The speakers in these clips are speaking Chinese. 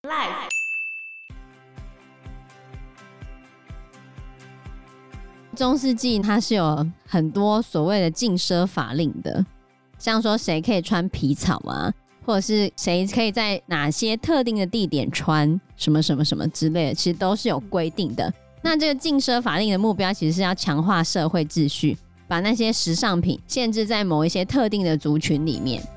Life。 中世纪它是有很多所谓的禁奢法令的，像说谁可以穿皮草啊，或者是谁可以在哪些特定的地点穿什么什么什么之类的，其实都是有规定的。那这个禁奢法令的目标其实是要强化社会秩序，把那些时尚品限制在某一些特定的族群里面。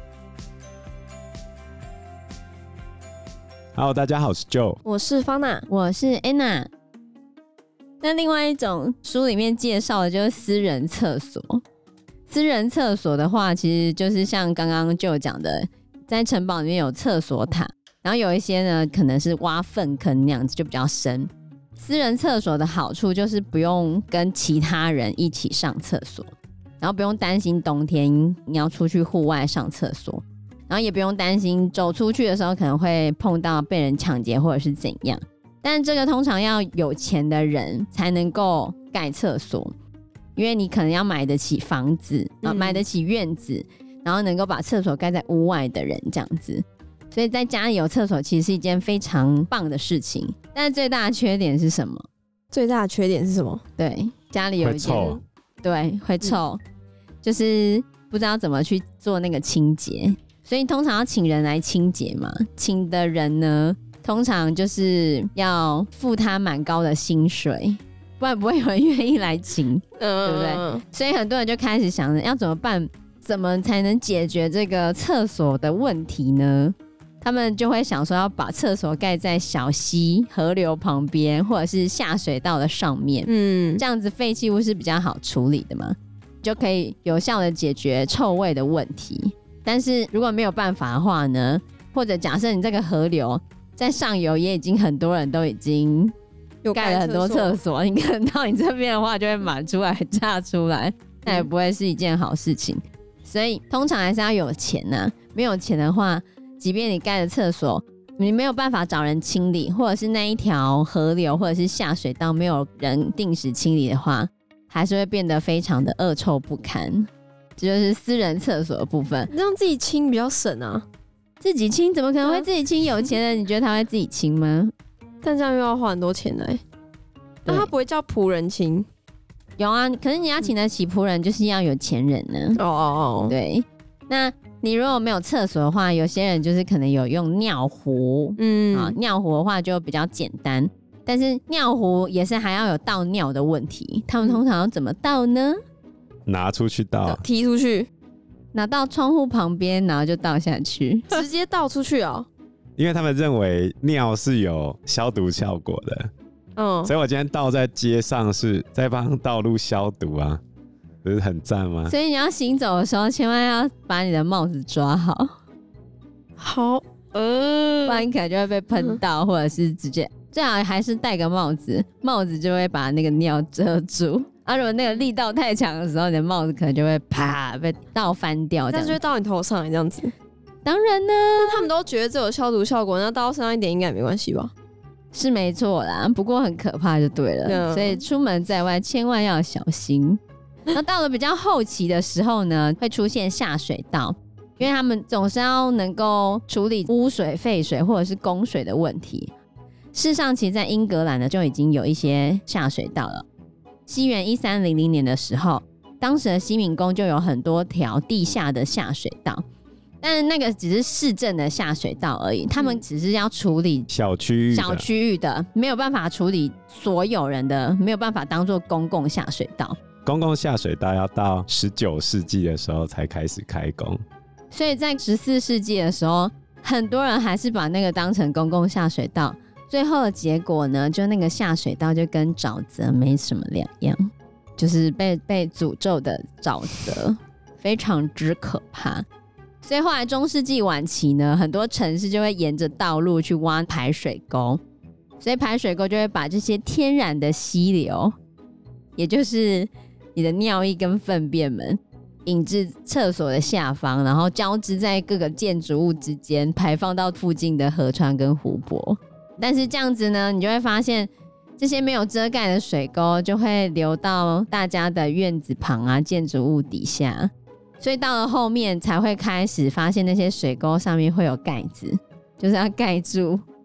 Hello， 大家好，我是 Joe， 我是方娜， 我是 Anna。那另外一种书里面介绍的就是私人厕所。私人厕所的话，其实就是像刚刚Joe讲的，在城堡里面有厕所塔，然后有一些呢可能是挖粪坑那样子，就比较深。私人厕所的好处就是不用跟其他人一起上厕所，然后不用担心冬天你要出去户外上厕所，然后也不用担心走出去的时候可能会碰到被人抢劫或者是怎样。但这个通常要有钱的人才能够盖厕所，因为你可能要买得起房子，买得起院子，然后能够把厕所盖在屋外的人这样子。所以在家里有厕所其实是一件非常棒的事情，但是最大的缺点是什么？ 最大的缺点是什么？ 对，家里有一件会臭， 对，会臭，就是不知道怎么去做那个清洁，所以通常要请人来清洁嘛。请的人呢，通常就是要付他蛮高的薪水，不然不会有人愿意来请，对不对？所以很多人就开始想着要怎么办，怎么才能解决这个厕所的问题呢？他们就会想说要把厕所盖在小溪、河流旁边，或者是下水道的上面，这样子废弃物是比较好处理的嘛，就可以有效的解决臭味的问题。但是如果没有办法的话呢，或者假设你这个河流在上游也已经很多人都已经盖了很多厕所，你可能到你这边的话就会满出来炸出来，那也不会是一件好事情。所以通常还是要有钱啊，没有钱的话，即便你盖了厕所，你没有办法找人清理，或者是那一条河流或者是下水道没有人定时清理的话，还是会变得非常的恶臭不堪。这就是私人厕所的部分。 你让自己清比较省啊。 自己清怎么可能会自己清？有钱人你觉得他会自己清吗？ 但这样又要花很多钱来。那他不会叫仆人清？ 有啊，可是你要请得起仆人，就是要有钱人呢。对。那你如果没有厕所的话，有些人就是可能有用尿壶，尿壶的话就比较简单，但是尿壶也是还要有倒尿的问题。他们通常要怎么倒呢？ 拿出去倒， 踢出去， 拿到窗户旁边，然后就倒下去， 直接倒出去哦。 因为他们认为尿是有消毒效果的，所以我今天倒在街上是在帮道路消毒啊，不是很赞吗？ 所以你要行走的时候，千万要把你的帽子抓好， 好， 不然你可能就会被喷到，或者是直接最好还是戴个帽子，帽子就会把那个尿遮住。如果那个力道太强的时候，你的帽子可能就会啪被倒翻掉， 但是就会到你头上这样子。 当然呢， 但他们都觉得这有消毒效果，那倒身上一点应该也没关系吧？ 是没错啦，不过很可怕就对了。所以出门在外千万要小心。那到了比较后期的时候呢，会出现下水道，因为他们总是要能够处理污水、废水或者是供水的问题。事实上，其实在英格兰呢就已经有一些下水道了。西元1300年的时候，当时的西敏宫就有很多条地下的下水道，但是那个只是市政的下水道而已，他们只是要处理小区域的，没有办法处理所有人的，没有办法当做公共下水道。 公共下水道要到19世纪的时候才开始开工， 所以在14世纪的时候，很多人还是把那个当成公共下水道。最后的结果呢，就那个下水道就跟沼泽没什么两样，就是被诅咒的沼泽，非常之可怕。所以后来中世纪晚期呢，很多城市就会沿着道路去挖排水沟，所以排水沟就会把这些天然的溪流，也就是你的尿液跟粪便们，引至厕所的下方，然后交织在各个建筑物之间，排放到附近的河川跟湖泊。但是这样子呢，你就会发现这些没有遮盖的水沟就会流到大家的院子旁啊、建筑物底下，所以到了后面才会开始发现那些水沟上面会有盖子，就是要盖住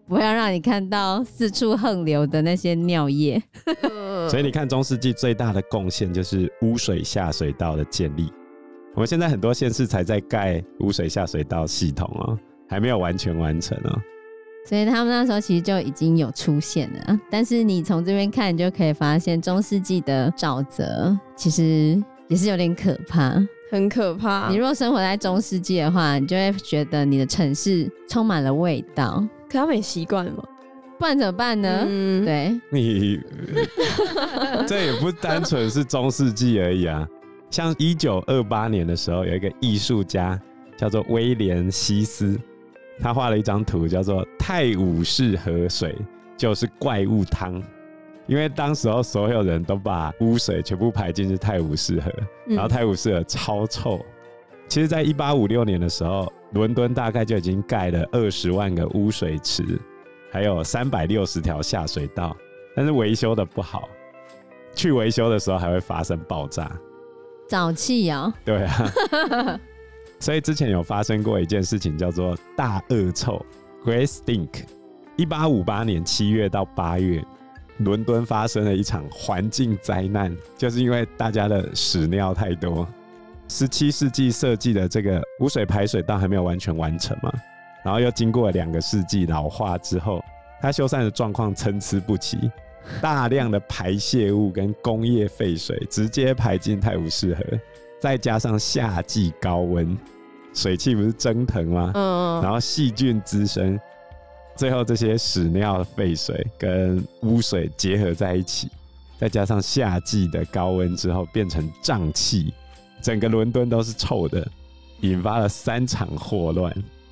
不会让你看到四处横流的那些尿液。 所以你看中世纪最大的贡献就是污水下水道的建立。我们现在很多县市才在盖污水下水道系统哦，还没有完全完成哦。 所以他们那时候其实就已经有出现了，但是你从这边看，你就可以发现中世纪的沼泽其实也是有点可怕， 很可怕。 你若生活在中世纪的话，你就会觉得你的城市充满了味道。 可他们也习惯了吗？ 不然怎么办呢？对， 你这也不单纯是中世纪而已啊。像1928年的时候，有一个艺术家叫做威廉西斯，他画了一张图叫做泰晤士河水就是怪物汤，因为当时候所有人都把污水全部排进去泰晤士河，然后泰晤士河超臭。其实在1856年的时候，伦敦大概就已经盖了20万个污水池，还有360条下水道，但是维修的不好，去维修的时候还会发生爆炸。 沼气啊！ 对啊，所以之前有发生过一件事情，叫做大恶臭 （Great Stink）。1858年7月到8月，伦敦发生了一场环境灾难，就是因为大家的屎尿太多。17世纪设计的这个污水排水道还没有完全完成嘛，然后又经过了2个世纪老化之后，它修缮的状况参差不齐。大量的排泄物跟工业废水直接排进泰晤士河，再加上夏季高温，水汽不是蒸腾吗？然后细菌滋生，最后这些屎尿废水跟污水结合在一起，再加上夏季的高温之后变成瘴气，整个伦敦都是臭的，引发了3场霍乱。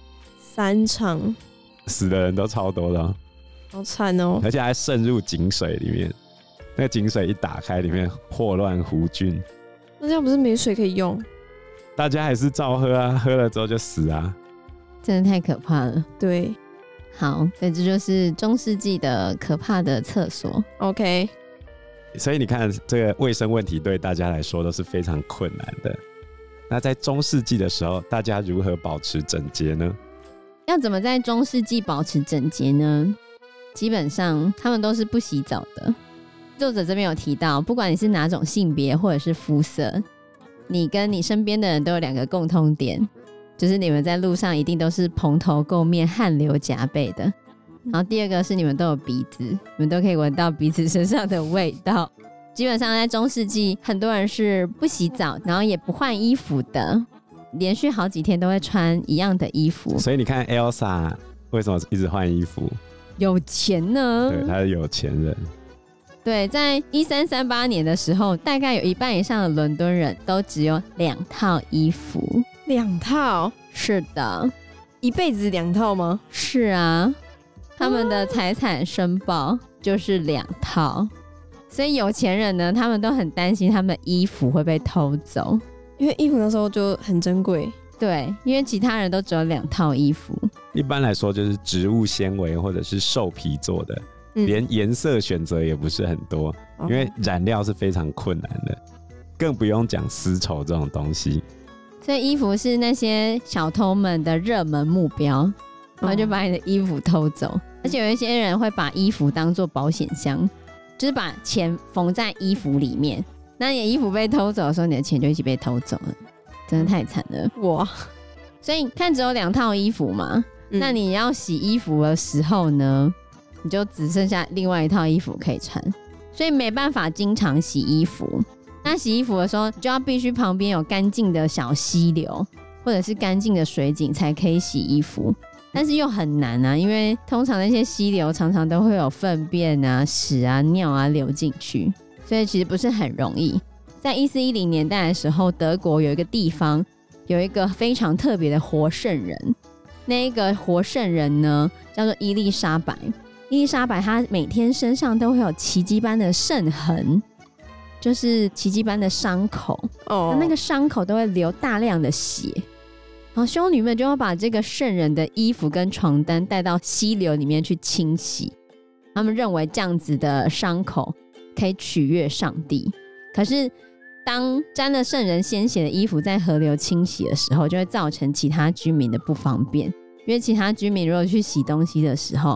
3场， 死的人都超多的哦。 好惨哦！ 而且还渗入井水里面，那个井水一打开，里面霍乱弧菌。 那这样不是没水可以用？ 大家还是照喝啊，喝了之后就死啊， 真的太可怕了。 对， 好，所以这就是中世纪的可怕的厕所。 OK， 所以你看，这个卫生问题对大家来说都是非常困难的。那在中世纪的时候，大家如何保持整洁呢？ 要怎么在中世纪保持整洁呢？基本上他们都是不洗澡的。作者这边有提到，不管你是哪种性别或者是肤色，你跟你身边的人都有2个共通点，就是你们在路上一定都是蓬头垢面、汗流浃背的。然后第2个是你们都有鼻子，你们都可以闻到彼此身上的味道。基本上在中世纪，很多人是不洗澡，然后也不换衣服的，连续好几天都会穿一样的衣服。 所以你看 Elsa 为什么一直换衣服？ 有钱呢？ 对，他是有钱人。 对，在1338年的时候，大概有1半以上的伦敦人都只有2套衣服。 2套？ 是的。 一辈子2套吗？ 是啊，他们的财产申报就是2套。所以有钱人呢，他们都很担心他们的衣服会被偷走， 因为衣服那时候就很珍贵。 对，因为其他人都只有2套衣服。 一般来说就是植物纤维或者是兽皮做的，连颜色选择也不是很多，因为染料是非常困难的，更不用讲丝绸这种东西。 所以衣服是那些小偷们的热门目标，然后就把你的衣服偷走。而且有一些人会把衣服当作保险箱，就是把钱缝在衣服里面，那你的衣服被偷走的时候，你的钱就一起被偷走了。真的太惨了哇！ 所以看只有2套衣服嘛，那你要洗衣服的时候呢，你就只剩下另外1套衣服可以穿，所以没办法经常洗衣服。那洗衣服的时候，就要必须旁边有干净的小溪流或者是干净的水井才可以洗衣服，但是又很难啊，因为通常那些溪流常常都会有粪便啊、屎啊、尿啊流进去，所以其实不是很容易。在1410年代的时候，德国有一个地方有一个非常特别的活圣人，那一个活圣人呢叫做伊丽莎白。伊丽莎白她每天身上都会有奇迹般的圣痕，就是奇迹般的伤口，那个伤口都会流大量的血，然后修女们就会把这个圣人的衣服跟床单带到溪流里面去清洗，他们认为这样子的伤口可以取悦上帝。可是当沾了圣人鲜血的衣服在河流清洗的时候，就会造成其他居民的不方便，因为其他居民如果去洗东西的时候，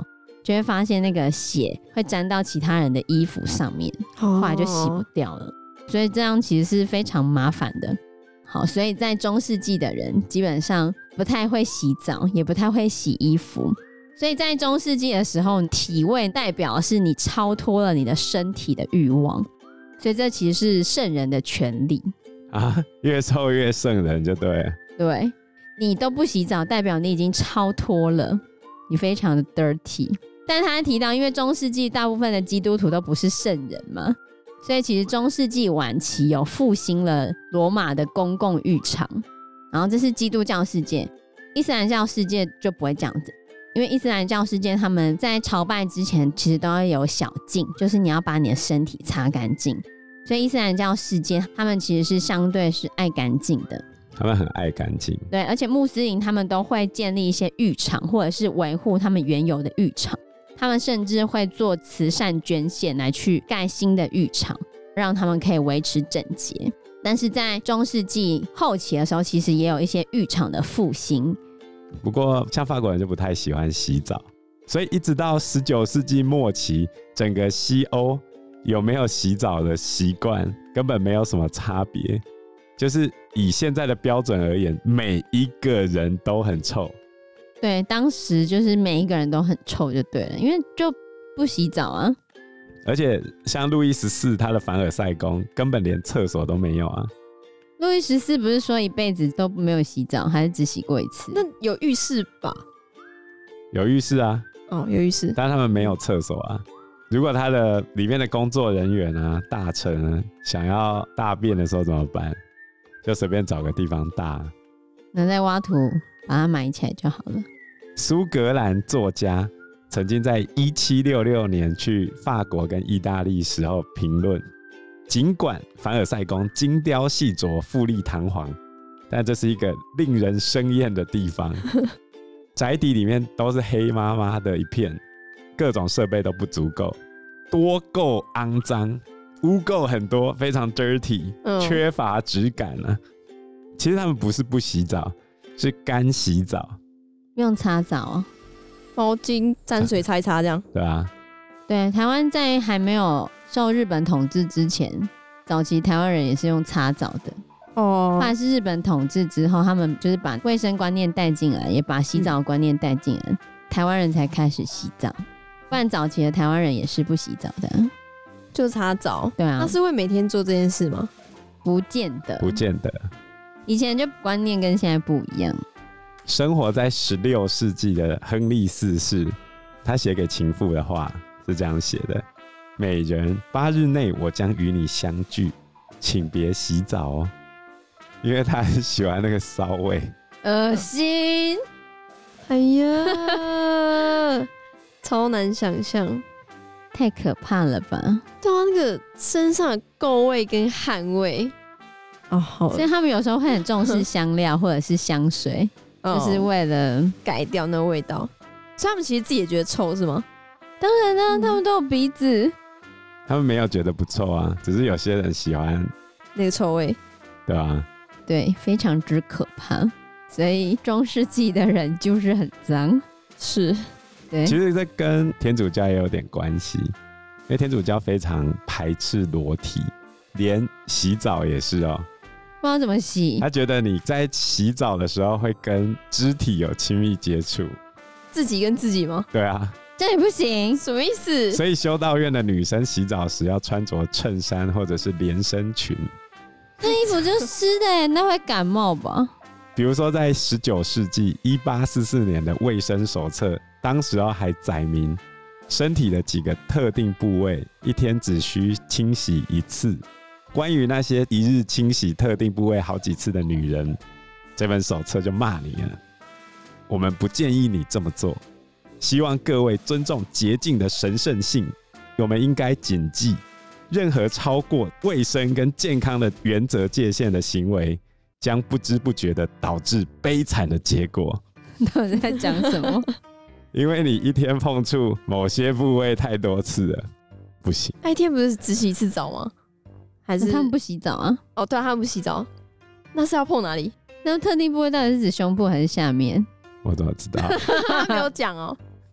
就会发现那个血会沾到其他人的衣服上面，后来就洗不掉了。所以这样其实是非常麻烦的。好，所以在中世纪的人基本上不太会洗澡，也不太会洗衣服。所以在中世纪的时候，体味代表是你超脱了你的身体的欲望，所以这其实是圣人的权利啊，越臭越圣人就对了。 对，你都不洗澡，代表你已经超脱了，你非常的 dirty。但他提到，因为中世纪大部分的基督徒都不是圣人嘛，所以其实中世纪晚期有复兴了罗马的公共浴场，然后这是基督教世界，伊斯兰教世界就不会这样子。因为伊斯兰教世界他们在朝拜之前其实都要有小净，就是你要把你的身体擦干净，所以伊斯兰教世界他们其实是相对是爱干净的， 他们很爱干净。 对，而且穆斯林他们都会建立一些浴场，或者是维护他们原有的浴场，他们甚至会做慈善捐献来去盖新的浴场，让他们可以维持整洁。但是在中世纪后期的时候，其实也有一些浴场的复兴。 不过像法国人就不太喜欢洗澡，所以一直到19世纪末期，整个西欧有没有洗澡的习惯根本没有什么差别，就是以现在的标准而言，每一个人都很臭。 对，当时就是每一个人都很臭就对了，因为就不洗澡啊。 而且像路易14他的凡尔赛宫根本连厕所都没有啊。 路易14不是说一辈子都没有洗澡，还是只洗过一次？ 那有浴室吧？ 有浴室啊， 哦，有浴室， 但他们没有厕所啊。如果他的里面的工作人员啊、大臣啊想要大便的时候怎么办？就随便找个地方大， 那再挖土把它埋起来就好了。 苏格兰作家曾经在1766年去法国跟意大利时候评论，尽管凡尔赛宫精雕细琢、富丽堂皇，但这是一个令人生厌的地方。宅邸里面都是黑麻麻的一片，各种设备都不足够，多够肮脏，污垢很多，非常 dirty，缺乏质感啊。其实他们不是不洗澡，是干洗澡， 用擦澡哦， 毛巾沾水擦一擦这样。 对啊， 对，台湾在还没有受日本统治之前，早期台湾人也是用擦澡的。后来是日本统治之后，他们就是把卫生观念带进来，也把洗澡观念带进来，台湾人才开始洗澡。不然早期的台湾人也是不洗澡的， 就擦澡。 对啊， 那是会每天做这件事吗？ 不见得， 不见得。 以前就观念跟现在不一样。 生活在16世纪的亨利4世，他写给情妇的话是这样写的：美人，8日内我将与你相聚，请别洗澡哦。因为他很喜欢那个骚味， 恶心！ 哎呀，超难想象， 太可怕了吧？ 对啊，那个身上的垢味跟汗味，哦，好， 所以他们有时候会很重视香料或者是香水，就是为了改掉那个味道。所以他们其实自己也觉得臭是吗？ 当然啦，他们都有鼻子， 他们没有觉得不臭啊，只是有些人喜欢那个臭味， 对吧？ 对，非常之可怕。所以中世纪的人就是很脏， 是， 对。 其实这跟天主教也有点关系，因为天主教非常排斥裸体，连洗澡也是哦。 不知道怎么洗， 他觉得你在洗澡的时候会跟肢体有亲密接触， 自己跟自己吗？ 对啊， 这也不行， 什么意思？ 所以修道院的女生洗澡时要穿着衬衫或者是连身裙。 那衣服就是湿的耶，那会感冒吧？ 比如说在19世纪1844年的卫生手册，当时还载明身体的几个特定部位一天只需清洗1次。关于那些一日清洗特定部位好几次的女人，这本手册就骂你了。我们不建议你这么做，希望各位尊重洁净的神圣性。我们应该谨记，任何超过卫生跟健康的原则界限的行为，将不知不觉地导致悲惨的结果。 到底在讲什么？ 因为你一天碰触某些部位太多次了，不行。 一天不是只洗1次澡吗？还是他们不洗澡啊？ 哦，对啊，他们不洗澡，那是要碰哪里？ 那特定部位到底是指胸部还是下面？ 我怎么知道？ 他没有讲哦。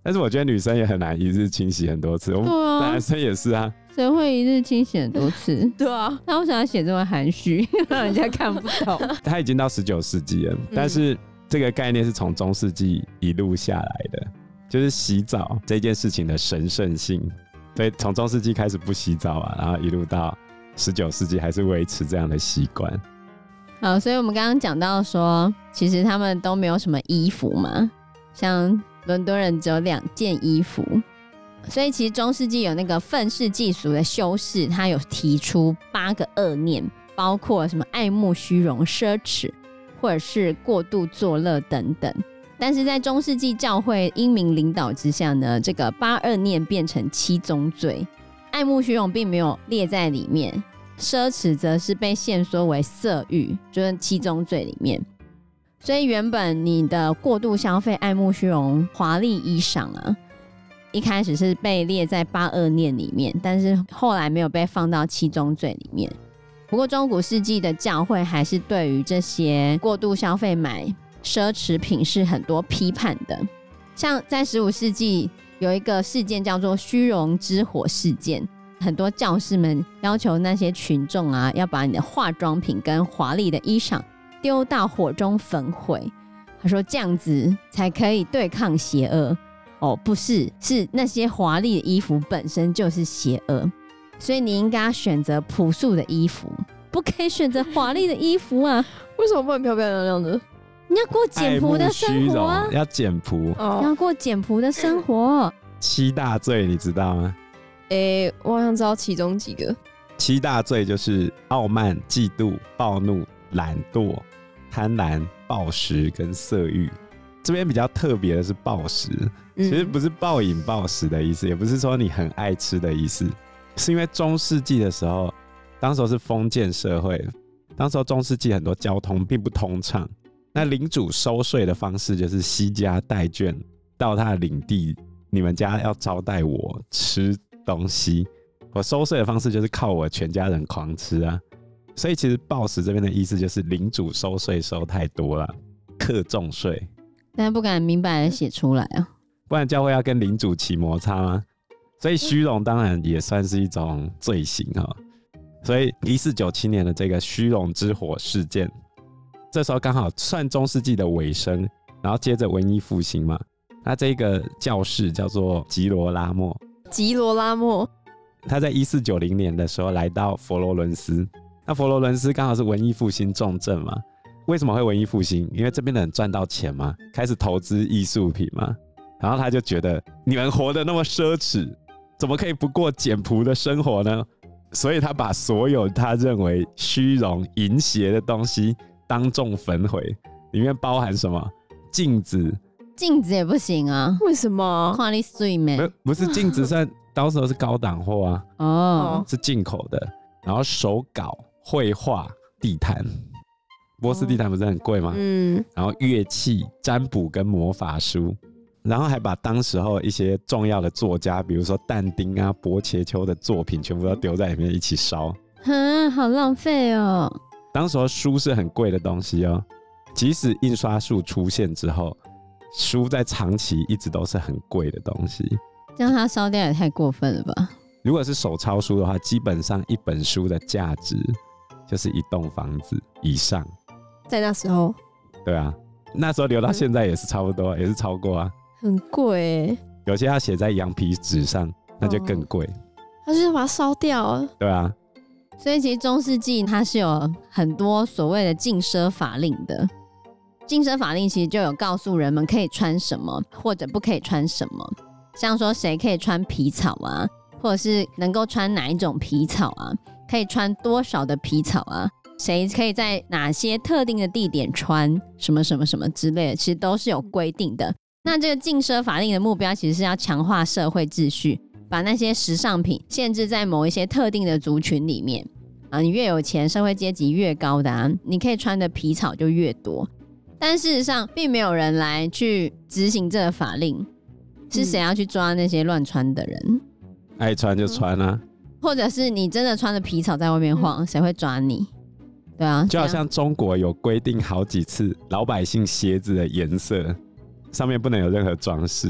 但是我觉得女生也很难一日清洗很多次，我们男生也是啊。 谁会一日清洗很多次？ 对啊， 他为什么要写这么含蓄，让人家看不懂？ 他已经到19世纪了，但是这个概念是从中世纪一路下来的，就是洗澡这件事情的神圣性，所以从中世纪开始不洗澡啊，然后一路到19世纪还是维持这样的习惯。 好，所以我们刚刚讲到说，其实他们都没有什么衣服嘛，像伦敦人只有2件衣服，所以其实中世纪有那个愤世嫉俗的修士，他有提出8个恶念，包括什么爱慕虚荣、奢侈，或者是过度作乐等等。但是在中世纪教会英明领导之下呢，这个8恶念变成7宗罪，爱慕虚荣并没有列在里面，奢侈则是被限缩为色欲，就是7宗罪里面。所以原本你的过度消费、爱慕虚荣、华丽衣裳啊，一开始是被列在8恶念里面，但是后来没有被放到7宗罪里面。不过中古世纪的教会还是对于这些过度消费买奢侈品是很多批判的。像在15世纪有一个事件叫做虚荣之火事件，很多教士们要求那些群众啊，要把你的化妆品跟华丽的衣裳丢到火中焚毁。他说这样子才可以对抗邪恶。哦，不是，是那些华丽的衣服本身就是邪恶，所以你应该选择朴素的衣服，不可以选择华丽的衣服啊！ 为什么不能漂漂亮亮的？ 你要过简朴的生活啊！ 要简朴， 要过简朴的生活。 7大罪你知道吗？ 我好像知道其中几个。 7大罪就是傲慢、嫉妒、暴怒、懒惰、贪婪、暴食跟色欲。这边比较特别的是暴食，其实不是暴饮暴食的意思，也不是说你很爱吃的意思，是因为中世纪的时候，当时候是封建社会，当时候中世纪很多交通并不通畅，那领主收税的方式就是西家带眷到他的领地，你们家要招待我吃东西，我收税的方式就是靠我全家人狂吃啊。所以其实暴食这边的意思就是领主收税收太多了，课重税， 但不敢明白的写出来啊， 不然教会要跟领主起摩擦吗？所以虚荣当然也算是一种罪行啊。所以1497年的这个虚荣之火事件，这时候刚好算中世纪的尾声，然后接着文艺复兴嘛。那这个教士叫做吉罗拉莫，他在1490年的时候来到佛罗伦斯，那佛罗伦斯刚好是文艺复兴重镇嘛。为什么会文艺复兴？因为这边的人赚到钱嘛，开始投资艺术品嘛，然后他就觉得你们活得那么奢侈，怎么可以不过简朴的生活呢？所以他把所有他认为虚荣淫邪的东西当众焚毁，里面包含什么？镜子也不行啊？ 为什么？ 看你水咩？ 不是镜子，算到时候是高档货啊，是进口的。然后手稿、绘画、地毯，波斯地毯不是很贵吗？然后乐器、占卜跟魔法书，然后还把当时候一些重要的作家，比如说但丁啊、波切丘的作品，全部都丢在里面一起烧。 好浪费哦！ 当时候书是很贵的东西哦，即使印刷术出现之后，书在长期一直都是很贵的东西。 这样它烧掉也太过分了吧？ 如果是手抄书的话，基本上一本书的价值就是一栋房子以上。 在那时候， 对啊，那时候留到现在也是差不多，也是超过啊， 很贵耶。 有些要写在羊皮纸上，那就更贵。 他就是把它烧掉了。 对啊， 所以其实中世纪它是有很多所谓的禁奢法令的。禁奢法令其实就有告诉人们可以穿什么或者不可以穿什么，像说谁可以穿皮草啊，或者是能够穿哪一种皮草啊，可以穿多少的皮草啊，谁可以在哪些特定的地点穿什么什么什么之类的，其实都是有规定的。那这个禁奢法令的目标其实是要强化社会秩序，把那些时尚品限制在某一些特定的族群里面啊，你越有钱，社会阶级越高的啊，你可以穿的皮草就越多。但事实上并没有人来去执行这个法令，是谁要去抓那些乱穿的人？ 爱穿就穿啊， 或者是你真的穿着皮草在外面晃，谁会抓你？对啊， 就好像中国有规定好几次，老百姓鞋子的颜色上面不能有任何装饰，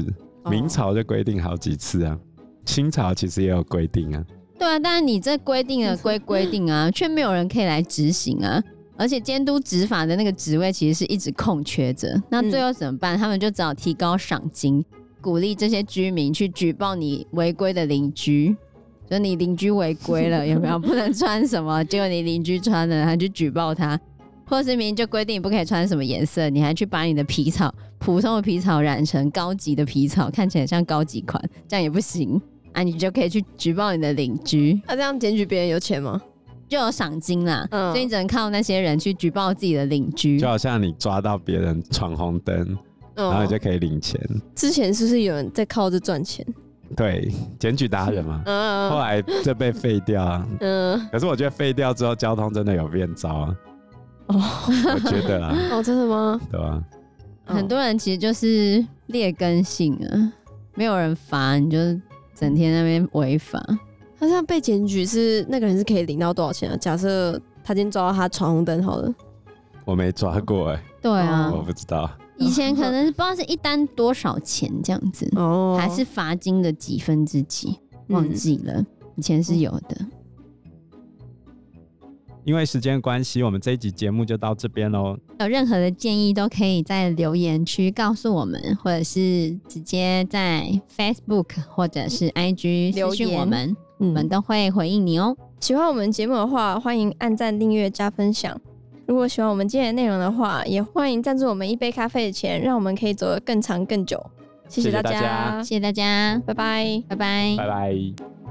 明朝就规定好几次啊，清朝其实也有规定啊。 对啊，但是你这规定了归规定啊，却没有人可以来执行啊。而且监督执法的那个职位其实是一直空缺着，那最后怎么办？他们就只好提高赏金，鼓励这些居民去举报你违规的邻居。就你邻居违规了，有没有不能穿什么？结果你邻居穿了，还去举报他，或是明明就规定你不可以穿什么颜色，你还去把你的皮草普通的皮草染成高级的皮草，看起来像高级款，这样也不行啊！你就可以去举报你的邻居。 那这样检举别人有钱吗？ 就有赏金啦，所以你只能靠那些人去举报自己的邻居。 就好像你抓到别人闯红灯，然后你就可以领钱。 之前是不是有人在靠这赚钱？ 对，检举达人嘛。后来就被废掉啊。可是我觉得废掉之后，交通真的有变糟啊。我觉得啦。 真的吗？ 对吧？ 很多人其实就是劣根性啊，没有人罚，你就整天那边违法。 他这样被检举是那个人是可以领到多少钱啊？假设他今天抓到他闯红灯好了， 我没抓过对啊， 我不知道。 以前可能不知道是一单多少钱这样子，还是罚金的几分之几，忘记了。以前是有的。 因为时间关系，我们这一集节目就到这边咯。 有任何的建议都可以在留言区告诉我们，或者是直接在 Facebook 或者是 IG 私讯我们，我们都会回应你哦。 喜欢我们节目的话，欢迎按赞、订阅、加分享。如果喜欢我们今天的内容的话，也欢迎赞助我们一杯咖啡的钱，让我们可以走得更长更久。谢谢大家， 谢谢大家， 拜拜， 拜拜， 拜拜。